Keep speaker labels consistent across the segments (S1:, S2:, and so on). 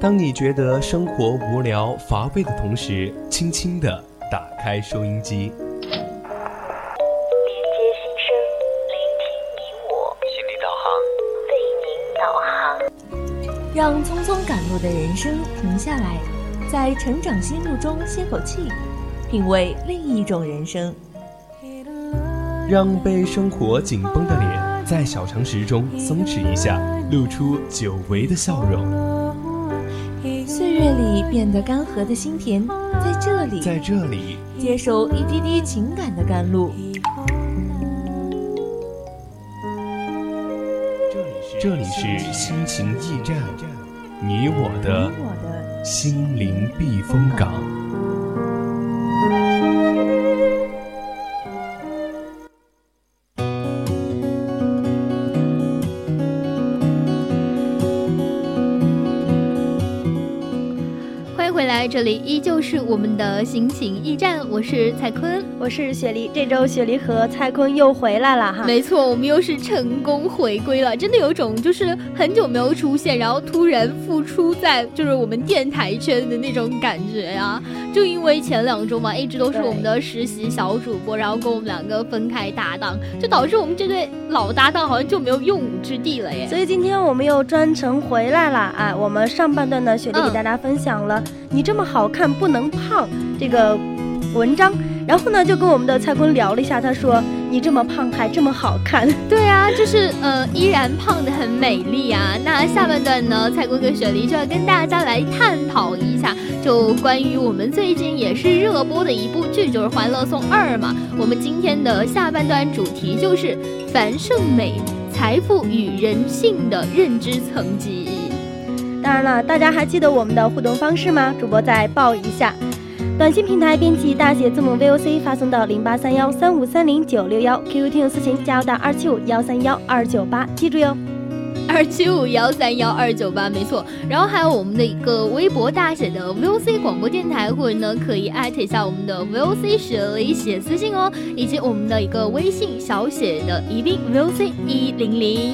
S1: 当你觉得生活无聊乏味的同时，轻轻地打开收音机，
S2: 连接心声，聆听你我，
S3: 心理导航，
S2: 为您导航。
S4: 让匆匆赶路的人生停下来，在成长心路中歇口气，品味另一种人生。
S1: 让被生活紧绷的脸在小常识中松弛一下，露出久违的笑容。
S4: 岁月里变得干涸的心田，在这里接受一滴滴情感的甘露。
S1: 这里是心情驿站，你我的心灵避风港。
S5: 这里依旧是我们的心情驿站，我是蔡坤，
S6: 我是雪梨。这周雪梨和蔡坤又回来了哈。
S5: 没错，我们又是成功回归了，真的有种就是很久没有出现，然后突然复出在就是我们电台圈的那种感觉呀。就因为前2周嘛，一直都是我们的实习小主播，然后跟我们2个分开搭档，就导致我们这对老搭档好像就没有用武之地了耶。
S6: 所以今天我们又专程回来了啊！我们上半段呢，雪梨给大家分享了你这么好看不能胖这个文章，然后呢就跟我们的蔡坤聊了一下，他说你这么胖还这么好看。
S5: 对啊，就是依然胖得很美丽啊。那下半段呢，蔡坤跟雪梨就要跟大家来探讨一下，就关于我们最近也是热播的一部剧，就是《欢乐颂2》嘛。我们今天的下半段主题就是樊胜美财富与人性的认知层级。
S6: 当然了，大家还记得我们的互动方式吗？主播再报一下，短信平台编辑大写字母 VOC 发送到0831353961，QQ 听友私信加油到275131298，记住哟
S5: ，275131298，没错。然后还有我们的一个微博大写的 VOC 广播电台，或者呢可以艾特一下我们的 VOC 雪梨写私信哦，以及我们的一个微信小写的宜宾 VOC 100。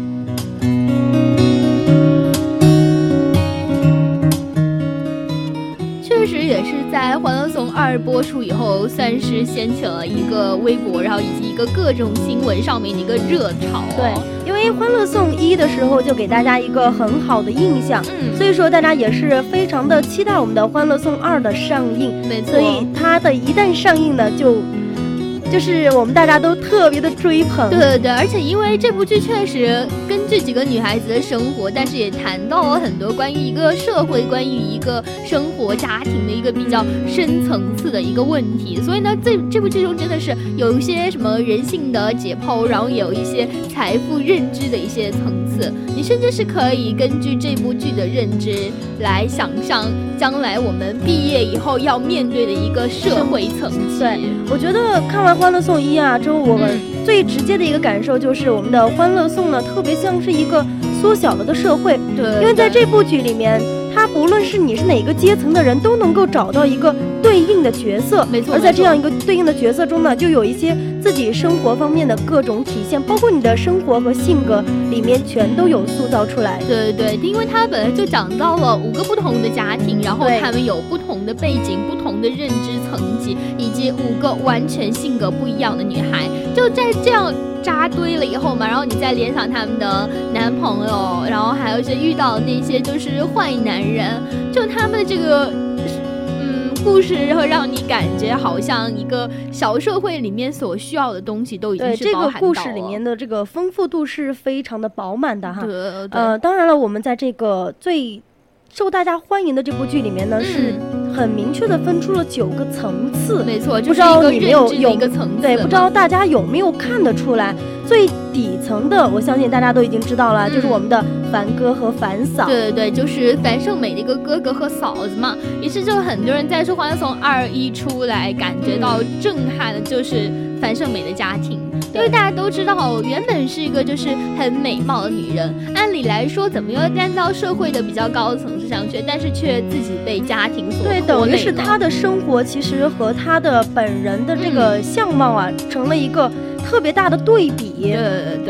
S5: 确实也是在《欢乐颂2》播出以后，算是掀起了一个微博，然后以及一个各种新闻上面的一个热潮。
S6: 对，因为《欢乐颂1》的时候就给大家一个很好的印象，所以说大家也是非常的期待我们的《欢乐颂2》的上映。
S5: 没错，
S6: 所以它的一旦上映呢，就是我们大家都特别的追捧。
S5: 对对对，而且因为这部剧确实根据几个女孩子的生活，但是也谈到了很多关于一个社会、关于一个生活家庭的一个比较深层次的一个问题。所以呢，这部剧中真的是有一些什么人性的解剖，然后也有一些财富认知的一些层次。你甚至是可以根据这部剧的认知来想象将来我们毕业以后要面对的一个社会层级。
S6: 对，我觉得看完《欢乐颂1》啊之后，我们最直接的一个感受就是我们的欢乐颂呢，特别像是一个缩小了的社会。
S5: 对，
S6: 因为在这部剧里面，它不论是你是哪个阶层的人，都能够找到一个对应的角色。
S5: 没错，
S6: 而在这样一个对应的角色中呢，就有一些自己生活方面的各种体现，包括你的生活和性格里面全都有塑造出来。
S5: 对对，因为它本来就讲到了5个不同的家庭，然后他们有不同的背景、不同的认知层级，以及5个完全性格不一样的女孩，就在这样扎堆了以后嘛，然后你再联想他们的男朋友，然后还有一些遇到的那些就是坏男人，就他们的这个故事会让你感觉好像一个小社会里面所需要的东西都已经是包含到了。
S6: 这个故事里面的这个丰富度是非常的饱满的哈。
S5: 对，
S6: 当然了，我们在这个最受大家欢迎的这部剧里面呢，是很明确的分出了9个层次。
S5: 没错，
S6: 不知道你没有
S5: 一个层次。
S6: 对，不知道大家有没有看得出来，最底层的我相信大家都已经知道了，就是我们的樊哥和樊嫂。
S5: 对对对，就是樊胜美的一个哥哥和嫂子嘛。于是就很多人在说《欢乐颂2》一出来，感觉到震撼的就是樊胜美的家庭。因为大家都知道，原本是一个就是很美貌的女人，按理来说怎么又站到社会的比较高的层次上去，但是却自己被家庭所拖累了。
S6: 对，等于是她的生活其实和她的本人的这个相貌啊，成了一个特别大的对比。
S5: 对，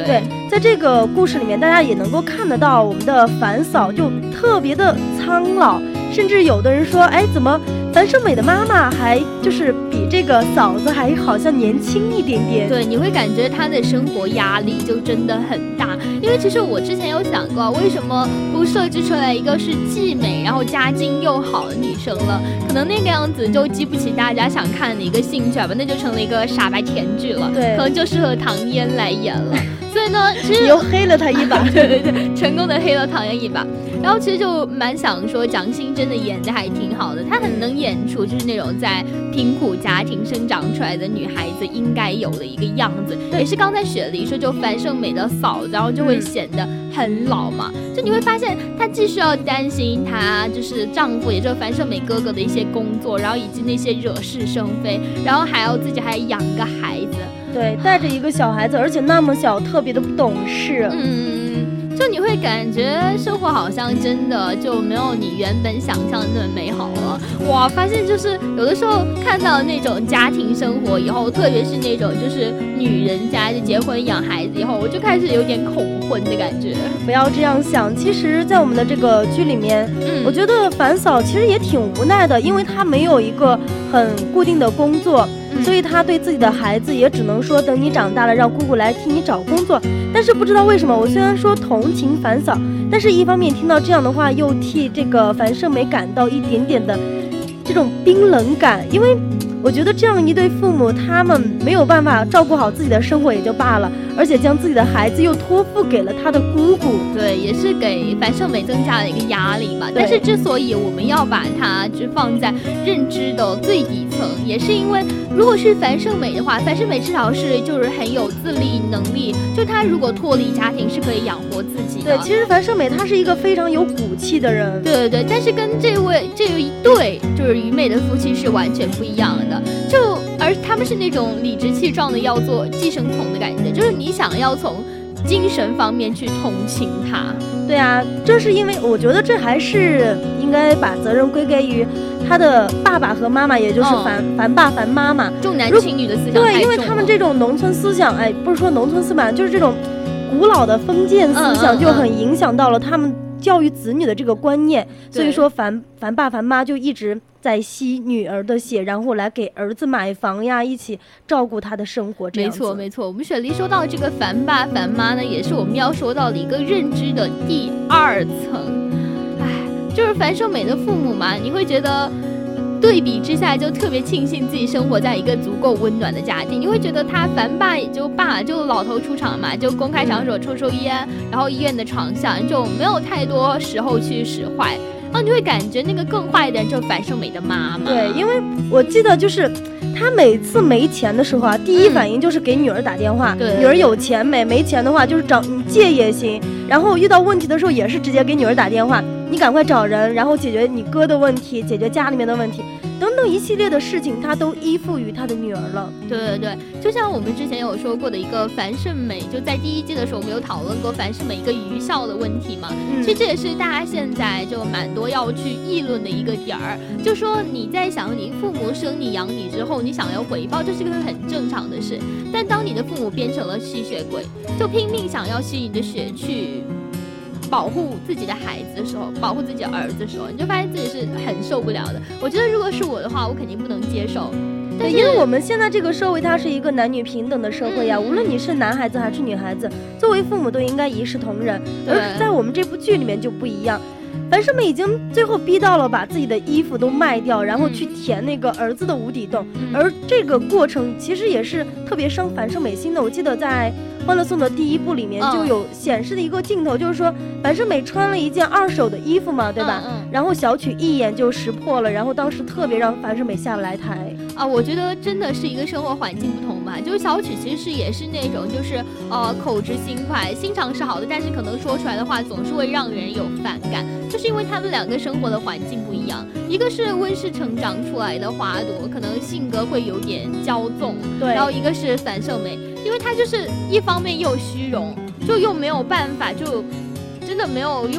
S6: 在这个故事里面，大家也能够看得到我们的樊嫂就特别的苍老，甚至有的人说，哎，怎么樊胜美的妈妈还就是比这个嫂子还好像年轻一点点。
S5: 对，你会感觉她的生活压力就真的很大。因为其实我之前有想过，为什么不设置出来一个是既美然后家境又好的女生了？可能那个样子就激不起大家想看的一个兴趣吧，那就成了一个傻白甜剧了。
S6: 对，
S5: 可能就适合唐嫣来演了。所以呢，其实
S6: 你又黑了她一把。
S5: 对对对，成功的黑了唐嫣一把。然后其实就蛮想说，蒋欣真的演的还挺好的，她很能演出就是那种在贫苦家庭生长出来的女孩子应该有的一个样子。也是刚才雪梨说，就樊胜美的嫂子，然后就会显得很老嘛。就你会发现，她既需要担心她就是丈夫，也就是樊胜美哥哥的一些工作，然后以及那些惹是生非，然后还要自己还养个孩子。
S6: 对，带着一个小孩子，而且那么小，特别的不懂事。
S5: 就你会感觉生活好像真的就没有你原本想象的那么美好了。哇，发现就是有的时候看到那种家庭生活以后，特别是那种就是女人家就结婚养孩子以后，我就开始有点恐婚的感觉。
S6: 不要这样想，其实在我们的这个剧里面，我觉得樊嫂其实也挺无奈的，因为她没有一个很固定的工作，所以她对自己的孩子也只能说等你长大了让姑姑来替你找工作。但是不知道为什么，我虽然说同情樊嫂，但是一方面听到这样的话又替这个樊胜美感到一点点的这种冰冷感，因为我觉得这样一对父母，他们没有办法照顾好自己的生活也就罢了，而且将自己的孩子又托付给了他的姑姑。
S5: 对，也是给樊胜美增加了一个压力吧。但是之所以我们要把它就放在认知的最底层，也是因为如果是樊胜美的话，樊胜美至少是就是很有自立能力，就她如果脱离家庭是可以养活自己的。
S6: 对，其实樊胜美她是一个非常有骨气的人。
S5: 对对对，但是跟这一对就是虞美的夫妻是完全不一样的。而他们是那种理直气壮的要做寄生虫的感觉，就是你想要从精神方面去同情他。
S6: 对啊，这是因为我觉得这还是应该把责任归给于他的爸爸和妈妈，也就是樊爸樊妈妈
S5: 重男轻女的思想太重了。
S6: 对，因为他们这种农村思想，哎，不是说农村思想，就是这种古老的封建思想就很影响到了他们教育子女的这个观念。所以说樊爸樊妈就一直在吸女儿的血，然后来给儿子买房呀，一起照顾他的生活。这样子
S5: 没错。我们雪梨说到这个樊爸樊妈呢，也是我们要说到的一个认知的第二层。就是樊胜美的父母嘛，你会觉得对比之下就特别庆幸自己生活在一个足够温暖的家庭。你会觉得他樊爸也就罢，就老头出场嘛，就公开场所抽烟，然后医院的床上就没有太多时候去使坏。然后你会感觉那个更坏的人就是樊胜美的妈妈。
S6: 对，因为我记得就是他每次没钱的时候啊，第一反应就是给女儿打电话。
S5: 对，
S6: 女儿有钱没钱的话就是找你借也行，然后遇到问题的时候也是直接给女儿打电话，你赶快找人，然后解决你哥的问题，解决家里面的问题等等一系列的事情，他都依附于他的女儿了。
S5: 对，就像我们之前有说过的一个樊胜美，就在第一季的时候我们有讨论过樊胜美一个愚孝的问题嘛。其实这也是大家现在就蛮多要去议论的一个点儿，就说你在想你父母生你养你之后，你想要回报，这是个很正常的事。但当你的父母变成了吸血鬼，就拼命想要吸你的血去保护自己的孩子的时候，保护自己的儿子的时候，你就发现自己是很受不了的。我觉得如果是我的话，我肯定不能接受。
S6: 对，因为我们现在这个社会它是一个男女平等的社会呀，无论你是男孩子还是女孩子，作为父母都应该一视同仁。而在我们这部剧里面就不一样，樊胜美已经最后逼到了把自己的衣服都卖掉，然后去填那个儿子的无底洞。而这个过程其实也是特别伤樊胜美心的。我记得在《欢乐颂》的第一部里面就有显示的一个镜头，就是说樊胜美穿了一件二手的衣服嘛，对吧？然后小曲一眼就识破了，然后当时特别让樊胜美下不来台
S5: 啊。我觉得真的是一个生活环境不同吧，就是小曲其实也是那种就是口直心快，心肠是好的，但是可能说出来的话总是会让人有反感，就是因为他们两个生活的环境不一样，一个是温室成长出来的花朵，可能性格会有点骄纵，
S6: 对，
S5: 然后一个是樊胜美，因为她就是一方面又虚荣，就又没有办法，就真的没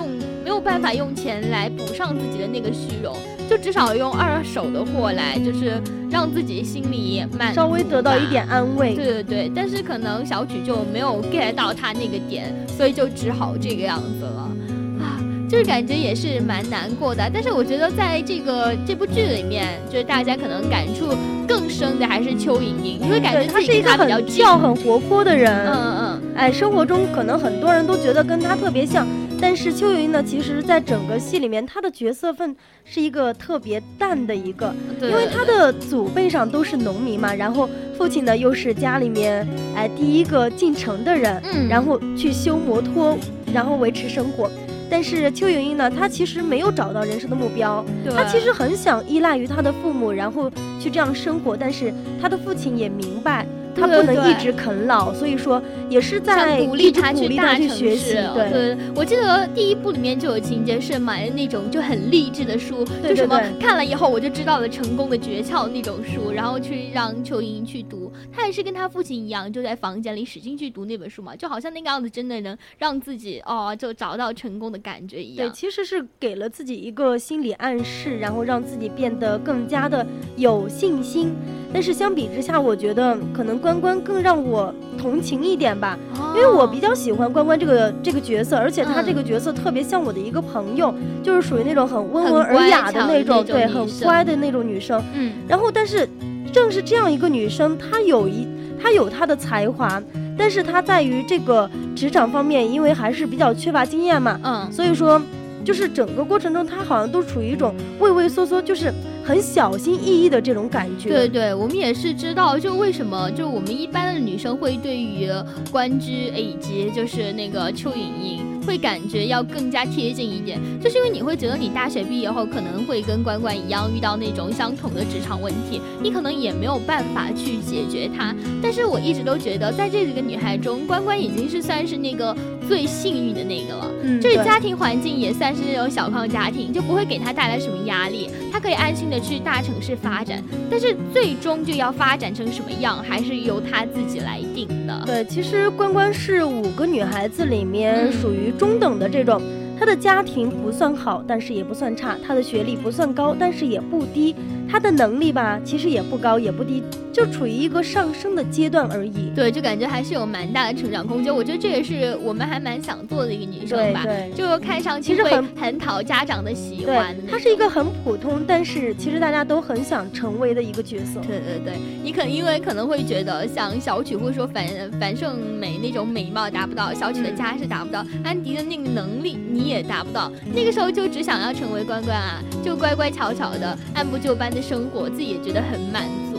S5: 没有办法用钱来补上自己的那个虚荣，就至少用二手的货来，就是让自己心里满足，
S6: 稍微得到一点安慰。
S5: 对对对，但是可能小曲就没有 get 到他那个点，所以就只好这个样子了啊，就是感觉也是蛮难过的。但是我觉得在这部剧里面，就是大家可能感触更深的还是邱莹莹，因为感觉
S6: 她是一个很跳很活泼的人。哎，生活中可能很多人都觉得跟她特别像，但是邱莹莹呢，其实在整个戏里面，她的角色分是一个特别淡的一个，
S5: 对，
S6: 因为她的祖辈上都是农民嘛，然后父亲呢又是家里面第一个进城的人，然后去修摩托，然后维持生活。但是邱莹莹呢，她其实没有找到人生的目标，她其实很想依赖于她的父母，然后去这样生活，但是她的父亲也明白他不能一直啃老，所以说也是在
S5: 鼓励他去大城
S6: 市。
S5: 对，我记得第一部里面就有情节是买了那种就很励志的书，
S6: 对，
S5: 就什么看了以后我就知道了成功的诀窍那种书，然后去让邱莹莹去读。他也是跟他父亲一样，就在房间里使劲去读那本书嘛，就好像那个样子真的能让自己就找到成功的感觉一样。
S6: 对，其实是给了自己一个心理暗示，然后让自己变得更加的有信心。但是相比之下，我觉得可能关关更让我同情一点吧，因为我比较喜欢关关这个角色，而且他这个角色特别像我的一个朋友，就是属于那种很温文尔雅的那种，对，很乖的那种女生。然后但是正是这样一个女生，她有她的才华，但是她在于这个职场方面，因为还是比较缺乏经验嘛，所以说就是整个过程中她好像都处于一种畏畏缩缩，就是很小心翼翼的这种感觉。
S5: 对对，我们也是知道，就为什么就我们一般的女生会对于关雎以及就是那个邱莹莹会感觉要更加贴近一点，就是因为你会觉得你大学毕业后可能会跟关关一样遇到那种相同的职场问题，你可能也没有办法去解决它。但是我一直都觉得在这几个女孩中，关关已经是算是那个最幸运的那个了，就是家庭环境也算是那种小康家庭，就不会给她带来什么压力，她可以安心的去大城市发展，但是最终就要发展成什么样还是由她自己来定的。
S6: 对，其实关关是5个女孩子里面属于中等的这种，她的家庭不算好，但是也不算差，她的学历不算高，但是也不低，她的能力吧其实也不高也不低，就处于一个上升的阶段而已。
S5: 对，就感觉还是有蛮大的成长空间。我觉得这也是我们还蛮想做的一个女生吧，
S6: 对，
S5: 就看上去会很讨家长的喜欢的。
S6: 她是一个很普通，但是其实大家都很想成为的一个角色。
S5: 对对对，你因为可能会觉得像小曲或者说樊胜美那种美貌达不到，小曲的家世达不到，安迪的那个能力你也达不到，那个时候就只想要成为关关啊，就乖乖巧巧的按部就班的生活，自己也觉得很满足。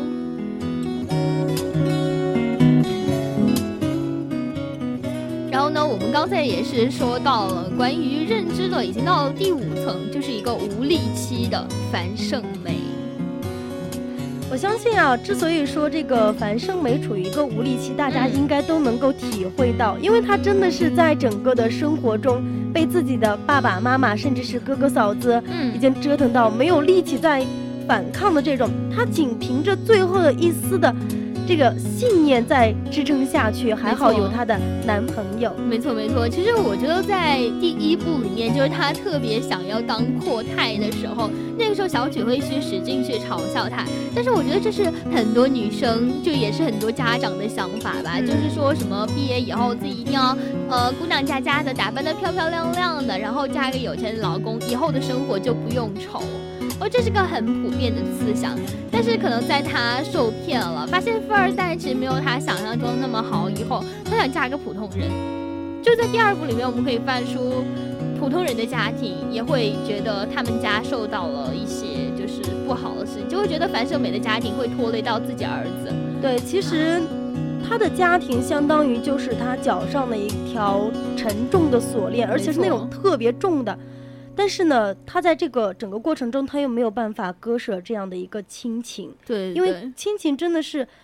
S5: 然后呢，我们刚才也是说到了关于认知的，已经到了第5层，就是一个无力期的樊胜美。
S6: 我相信啊，之所以说这个樊胜美处于一个无力期，大家应该都能够体会到，因为她真的是在整个的生活中被自己的爸爸妈妈甚至是哥哥嫂子已经折腾到没有力气再反抗的这种，她仅凭着最后的一丝的这个信念在支撑下去，还好有她的男朋友。
S5: 没错没错，其实我觉得在第1部里面，就是她特别想要当阔太的时候，那个时候小曲会去使劲去嘲笑她，但是我觉得这是很多女生，就也是很多家长的想法吧，就是说什么毕业以后自己一定要姑娘家家的，打扮得漂漂亮亮的，然后嫁个有钱的老公，以后的生活就不用愁。这是个很普遍的思想，但是可能在她受骗了，发现富二代其实没有她想象中那么好以后，她想嫁个普通人。就在第2部里面，我们可以翻出普通人的家庭也会觉得他们家受到了一些就是不好的事情，就会觉得樊胜美的家庭会拖累到自己儿子。
S6: 对，其实她的家庭相当于就是她脚上的一条沉重的锁链，而且是那种特别重的。但是呢，他在这个整个过程中，他又没有办法割舍这样的一个亲情。
S5: 对，
S6: 因为亲情真的是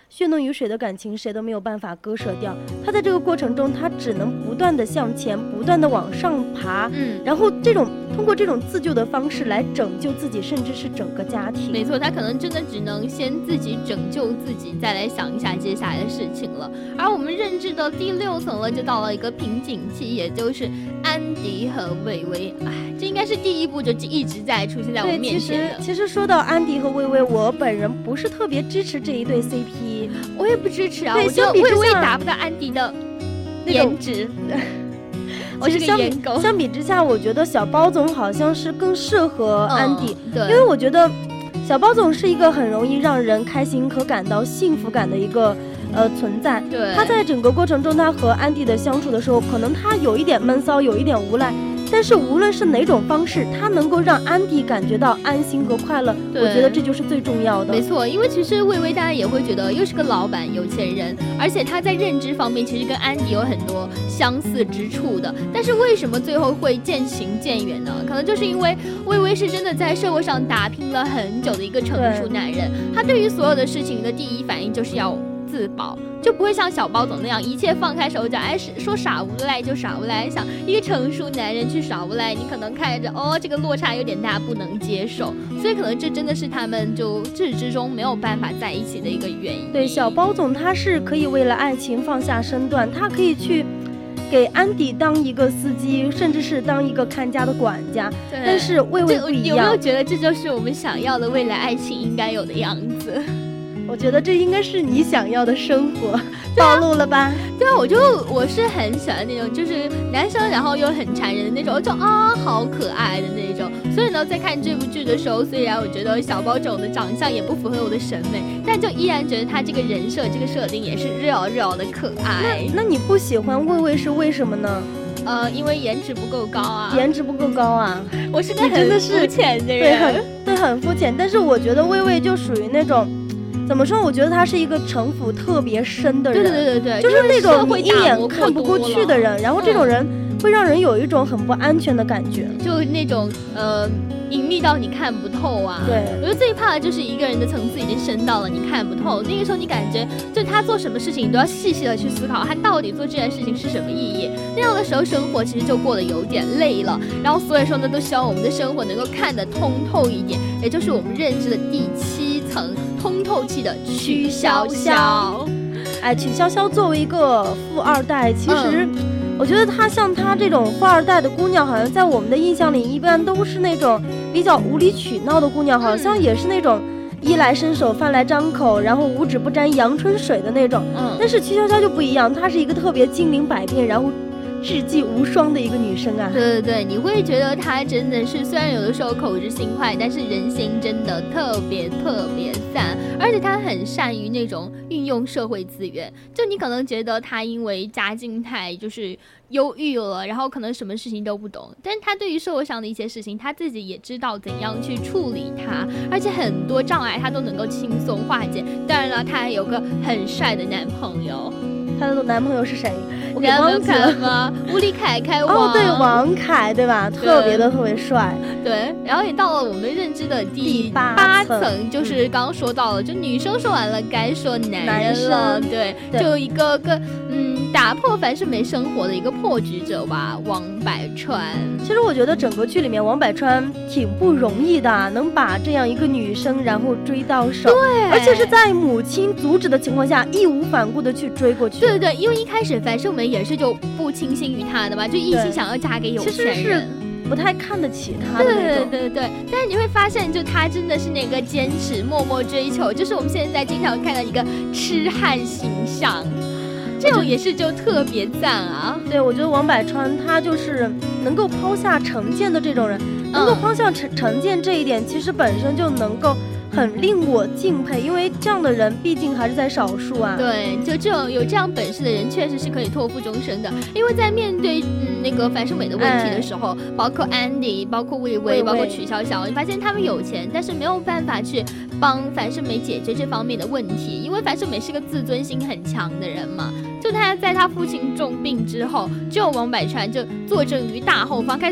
S6: 血浓于水的感情谁都没有办法割舍掉，他在这个过程中他只能不断的向前，不断的往上爬，然后通过这种自救的方式来拯救自己，甚至是整个家庭。
S5: 没错，他可能真的只能先自己拯救自己，再来想一下接下来的事情了。而我们认知的第6层了，就到了一个瓶颈期，也就是安迪和薇薇。这应该是第1部就一直在出现在我们面前的。
S6: 其实说到安迪和薇薇，我本人不是特别支持这一对 CP，
S5: 我也不支持啊。我觉得薇薇达不到安迪的颜值。我是个颜狗。
S6: 相比之下，我觉得小包总好像是更适合安迪，
S5: 对，
S6: 因为我觉得小包总是一个很容易让人开心和感到幸福感的一个存在。
S5: 对，
S6: 他在整个过程中，他和安迪的相处的时候，可能他有一点闷骚，有一点无赖，但是无论是哪种方式，他能够让安迪感觉到安心和快乐，我觉得这就是最重要的。
S5: 没错，因为其实薇薇大家也会觉得又是个老板有钱人，而且他在认知方面其实跟安迪有很多相似之处的，但是为什么最后会渐行渐远呢？可能就是因为薇薇是真的在社会上打拼了很久的一个成熟男人，他对于所有的事情的第一反应就是要自保，就不会像小包总那样一切放开手脚，说耍无赖就耍无赖。想一个成熟男人去耍无赖，你可能看着这个落差有点大，不能接受，所以可能这真的是他们就至始至终没有办法在一起的一个原因。
S6: 对，小包总他是可以为了爱情放下身段，他可以去给安迪当一个司机，甚至是当一个看家的管家，但是薇薇不一样。
S5: 有没有觉得这就是我们想要的未来爱情应该有的样子？
S6: 我觉得这应该是你想要的生活，暴露了吧？
S5: 对啊，我是很喜欢那种就是男生然后又很缠人的那种，就好可爱的那种。所以呢，在看这部剧的时候，虽然我觉得小包总的长相也不符合我的审美，但就依然觉得他这个人设这个设定也是real的可爱。
S6: 那你不喜欢薇薇是为什么呢？
S5: 因为颜值不够高啊。
S6: 颜值不够高啊！
S5: 我是个很肤浅的人，
S6: 对，很肤浅。但是我觉得薇薇就属于那种。怎么说？我觉得他是一个城府特别深的人，
S5: 对，
S6: 就是那种你一眼看不过去的人，然后这种人会让人有一种很不安全的感觉，
S5: 就那种隐秘到你看不透啊。
S6: 对，
S5: 我觉得最怕的就是一个人的层次已经深到了你看不透，那个时候你感觉就他做什么事情你都要细细的去思考他到底做这件事情是什么意义，那样的时候生活其实就过得有点累了。然后所以说呢，都希望我们的生活能够看得通透一点，也就是我们认知的第7层通透期的曲筱绡。
S6: 曲筱绡作为一个富二代，其实我觉得她像她这种富二代的姑娘，好像在我们的印象里一般都是那种比较无理取闹的姑娘，好像也是那种衣来伸手饭来张口，然后五指不沾阳春水的那种。但是曲筱绡就不一样，她是一个特别精灵百变，然后智计无双的一个女生啊。
S5: 对，你会觉得她真的是虽然有的时候口直心快，但是人心真的特别散，而且她很善于那种运用社会资源。就你可能觉得她因为家境太就是忧郁了，然后可能什么事情都不懂，但是她对于社会上的一些事情她自己也知道怎样去处理它，而且很多障碍她都能够轻松化解。当然了，她还有个很帅的男朋友。
S6: 她的男朋友是谁？
S5: 你还没有看吗？吴李凯开王。
S6: 对，王凯对吧？特别帅。
S5: 对，然后也到了我们认知的第8层，就是刚刚说到了，就女生说完了，该说男人了。对，就一个打破樊胜美生活的一个破局者吧，王百川。
S6: 其实我觉得整个剧里面王百川挺不容易的，能把这样一个女生然后追到手，
S5: 对，
S6: 而且是在母亲阻止的情况下义无反顾的去追过去。
S5: 对，因为一开始樊胜美也是就不倾心于他的嘛，就一心想要嫁给有钱人，
S6: 其实是不太看得起他的那种。
S5: 对，但是你会发现就他真的是那个坚持默默追求，就是我们现在经常看到一个痴汉形象，这种也是就特别赞啊。
S6: 对，我觉得王百川他就是能够抛下成见的这种人，能够抛下成见这一点其实本身就能够很令我敬佩，因为这样的人毕竟还是在少数啊。
S5: 对，就这种有这样本事的人确实是可以托付终生的，因为在面对那个樊胜美的问题的时候，包括安迪，包括薇薇，包括曲筱绡，你发现他们有钱，但是没有办法去帮樊胜美解决这方面的问题，因为樊胜美是个自尊心很强的人嘛。就他在他父亲重病之后，只有王百川就坐镇于大后方，开始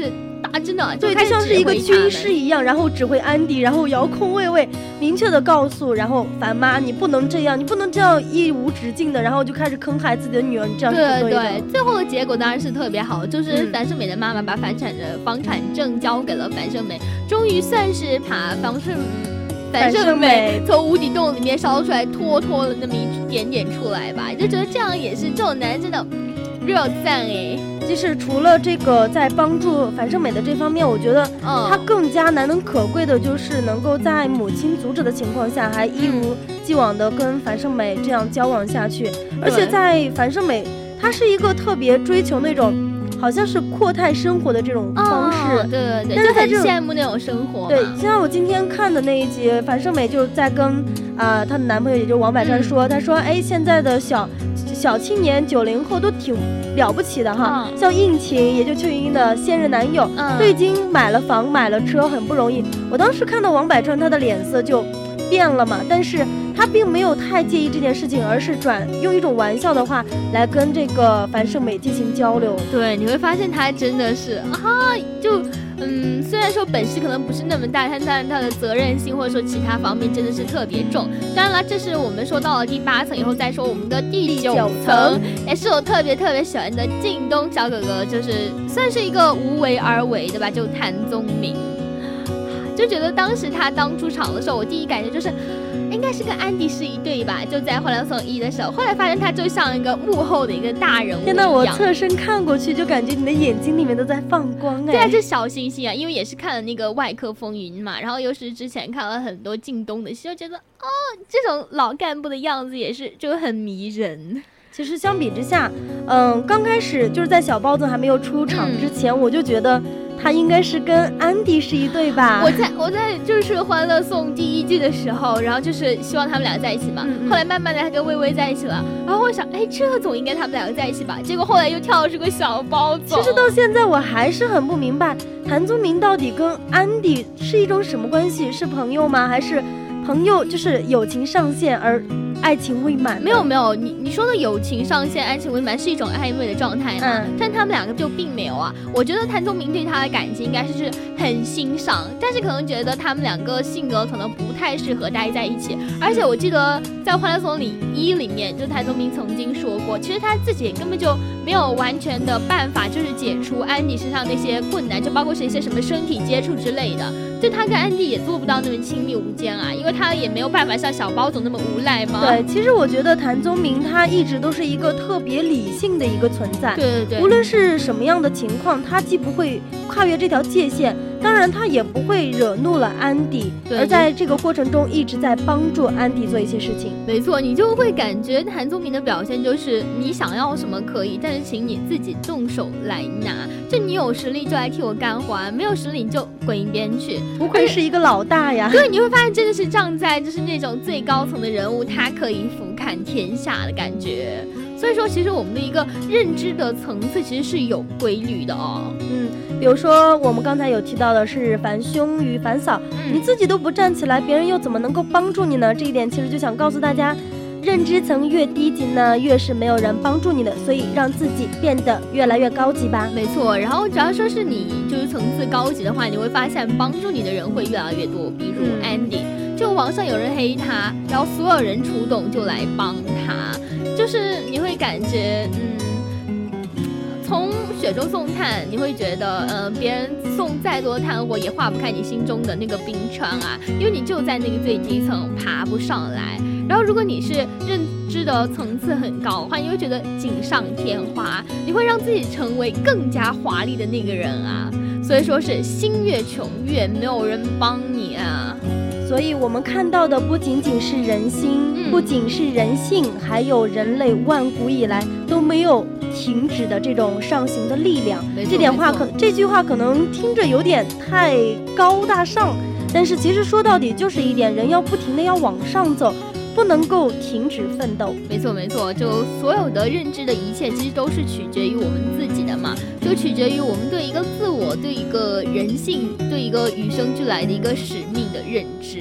S5: 吧，真的
S6: 对，就像是一个军师一样，然后指挥安迪，然后遥控卫尉，明确的告诉然后樊妈你不能这样，你不能这样一无止境的，然后就开始坑害自己的女儿，这样是不对的。
S5: 对，最后的结果当然是特别好，就是樊胜美的妈妈把房产证交给了樊胜美，终于算是把樊胜美从无底洞里面烧出来，拖了那么一点点出来吧，就觉得这样也是这种男人真的real赞哎。
S6: 其实除了这个在帮助樊胜美的这方面，我觉得他更加难能可贵的就是能够在母亲阻止的情况下，还一如既往的跟樊胜美这样交往下去。而且在樊胜美，她是一个特别追求那种好像是阔太生活的这种方式，
S5: 对，
S6: 但是
S5: 很羡慕那种生活。
S6: 对，像我今天看的那一集，樊胜美就在跟她的男朋友，也就是王柏川说，她说，哎，现在的小青年90后都挺了不起的哈，像应勤，也就邱莹莹的现任男友，都已经买了房买了车，很不容易。我当时看到王柏川，他的脸色就变了嘛，但是他并没有太介意这件事情，而是用一种玩笑的话来跟这个樊胜美进行交流。
S5: 对，你会发现他真的是虽然说本事可能不是那么大，但他的责任心或者说其他方面真的是特别重。当然了，这是我们说到了第8层以后再说我们的第9层，也是我特别喜欢的靳东小哥哥，就是算是一个无为而为的吧，就谭宗明。就觉得当时他刚出场的时候，我第一感觉就是应该是跟安迪是一对吧，就在《欢乐颂1》的时候，后来发现他就像一个幕后的一个大人物一样。
S6: 天哪，我侧身看过去就感觉你的眼睛里面都在放光哎。
S5: 对啊，就小星星啊，因为也是看了那个《外科风云》嘛，然后又是之前看了很多靳东的戏，就觉得这种老干部的样子也是就很迷人。
S6: 其实相比之下，刚开始就是在小包子还没有出场之前，我就觉得他应该是跟安迪是一对吧。
S5: 我在就是《欢乐颂》第1季的时候，然后就是希望他们俩在一起嘛，后来慢慢的他跟薇薇在一起了，然后我想，这总应该他们两个在一起吧，结果后来又跳出个小包子。
S6: 其实到现在我还是很不明白，谭宗明到底跟安迪是一种什么关系？是朋友吗？还是朋友就是友情上线而爱情未满？
S5: 没有，你说的友情上线爱情未满是一种暧昧的状态嘛，但他们两个就并没有啊。我觉得谭宗明对他的感情应该是很欣赏，但是可能觉得他们两个性格可能不太适合待在一起。而且我记得在《欢乐颂》里面，就谭宗明曾经说过，其实他自己根本就没有完全的办法，就是解除安迪身上那些困难，就包括是一些什么身体接触之类的，就他跟安迪也做不到那么亲密无间啊，因为他也没有办法像小包总那么无赖嘛。
S6: 对，其实我觉得谭宗明他一直都是一个特别理性的一个存在。
S5: 对，
S6: 无论是什么样的情况，他既不会跨越这条界限，当然他也不会惹怒了安迪，而在这个过程中一直在帮助安迪做一些事情。
S5: 没错，你就会感觉谭宗明的表现就是你想要什么可以，但是请你自己动手来拿，就你有实力就来替我干活，没有实力你就滚一边去。
S6: 不愧是一个老大呀。
S5: 对，你会发现真的是站在就是那种最高层的人物，他可以俯瞰天下的感觉。所以说其实我们的一个认知的层次其实是有规律的哦。
S6: 比如说我们刚才有提到的是樊兄与樊嫂，你自己都不站起来，别人又怎么能够帮助你呢？这一点其实就想告诉大家，认知层越低级呢，越是没有人帮助你的，所以让自己变得越来越高级吧。
S5: 没错，然后只要说是你就是层次高级的话，你会发现帮助你的人会越来越多。比如 Andy，就网上有人黑他，然后所有人出动就来帮他，就是你会感觉从雪中送炭，你会觉得别人送再多炭火也化不开你心中的那个冰川啊，因为你就在那个最低层爬不上来。然后如果你是认知的层次很高的话，你会觉得锦上添花，你会让自己成为更加华丽的那个人啊。所以说是心越穷越没有人帮你啊。
S6: 所以我们看到的不仅仅是人心，不仅是人性，还有人类万古以来都没有停止的这种上行的力量。这句话可能听着有点太高大上，但是其实说到底就是一点，人要不停的要往上走，不能够停止奋斗。
S5: 没错，就所有的认知的一切其实都是取决于我们自己的嘛，就取决于我们对一个自我，对一个人性，对一个与生俱来的一个使命的认知。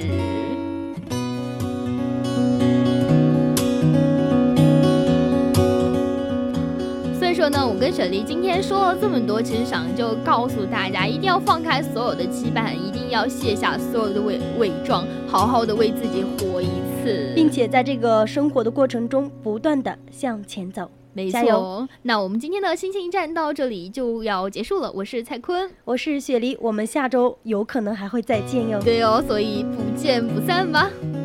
S5: 所以说说呢，我跟雪梨今天说了这么多，其实想就告诉大家，一定要放开所有的羁绊，一定要卸下所有的伪装，好好的为自己活一次，
S6: 并且在这个生活的过程中不断的向前走。
S5: 没错，那我们今天的心情站到这里就要结束了。我是蔡坤，
S6: 我是雪梨，我们下周有可能还会再见哟。
S5: 对哦，所以不见不散吧。